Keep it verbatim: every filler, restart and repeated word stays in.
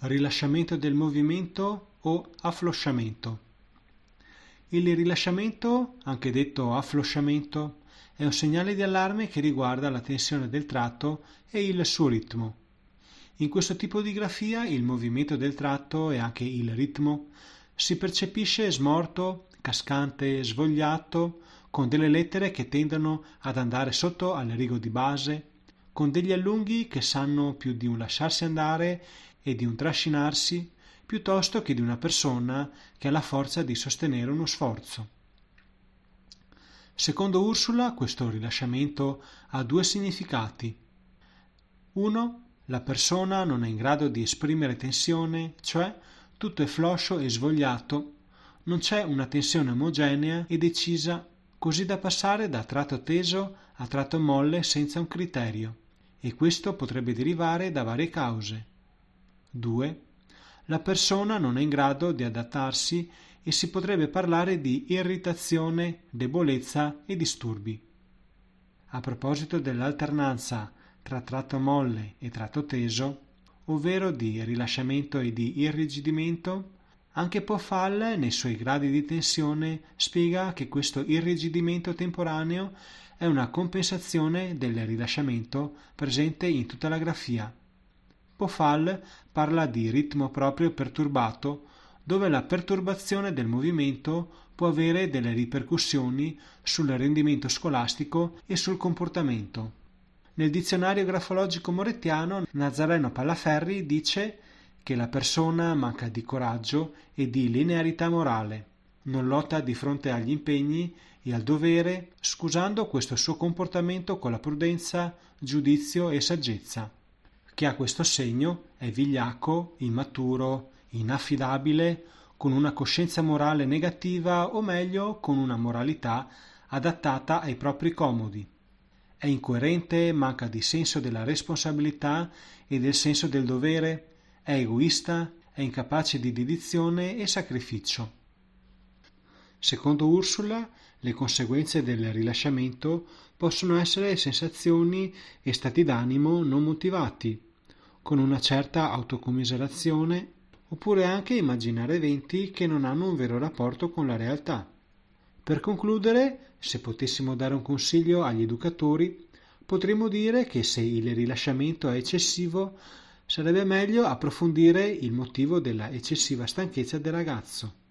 Rilasciamento del movimento o afflosciamento. Il rilasciamento, anche detto afflosciamento, è un segnale di allarme che riguarda la tensione del tratto e il suo ritmo. In questo tipo di grafia il movimento del tratto e anche il ritmo si percepisce smorto, cascante, svogliato, con delle lettere che tendono ad andare sotto al rigo di base, con degli allunghi che sanno più di un lasciarsi andare e di un trascinarsi, piuttosto che di una persona che ha la forza di sostenere uno sforzo. Secondo Ursula, questo rilasciamento ha due significati. Uno, la persona non è in grado di esprimere tensione, cioè tutto è floscio e svogliato, non c'è una tensione omogenea e decisa, così da passare da tratto teso a tratto molle senza un criterio, e questo potrebbe derivare da varie cause. Due. La persona non è in grado di adattarsi e si potrebbe parlare di irritazione, debolezza e disturbi. A proposito dell'alternanza tra tratto molle e tratto teso, ovvero di rilasciamento e di irrigidimento, anche Pofall nei suoi gradi di tensione spiega che questo irrigidimento temporaneo è una compensazione del rilasciamento presente in tutta la grafia. Pofall parla di ritmo proprio perturbato, dove la perturbazione del movimento può avere delle ripercussioni sul rendimento scolastico e sul comportamento. Nel dizionario grafologico morettiano, Nazareno Pallaferri dice che la persona manca di coraggio e di linearità morale, non lotta di fronte agli impegni e al dovere, scusando questo suo comportamento con la prudenza, giudizio e saggezza. Chi ha questo segno è vigliacco, immaturo, inaffidabile, con una coscienza morale negativa o meglio con una moralità adattata ai propri comodi. È incoerente, manca di senso della responsabilità e del senso del dovere, è egoista, è incapace di dedizione e sacrificio. Secondo Ursula, le conseguenze del rilasciamento possono essere sensazioni e stati d'animo non motivati, con una certa autocommiserazione, oppure anche immaginare eventi che non hanno un vero rapporto con la realtà. Per concludere, se potessimo dare un consiglio agli educatori, potremmo dire che se il rilasciamento è eccessivo, sarebbe meglio approfondire il motivo della eccessiva stanchezza del ragazzo.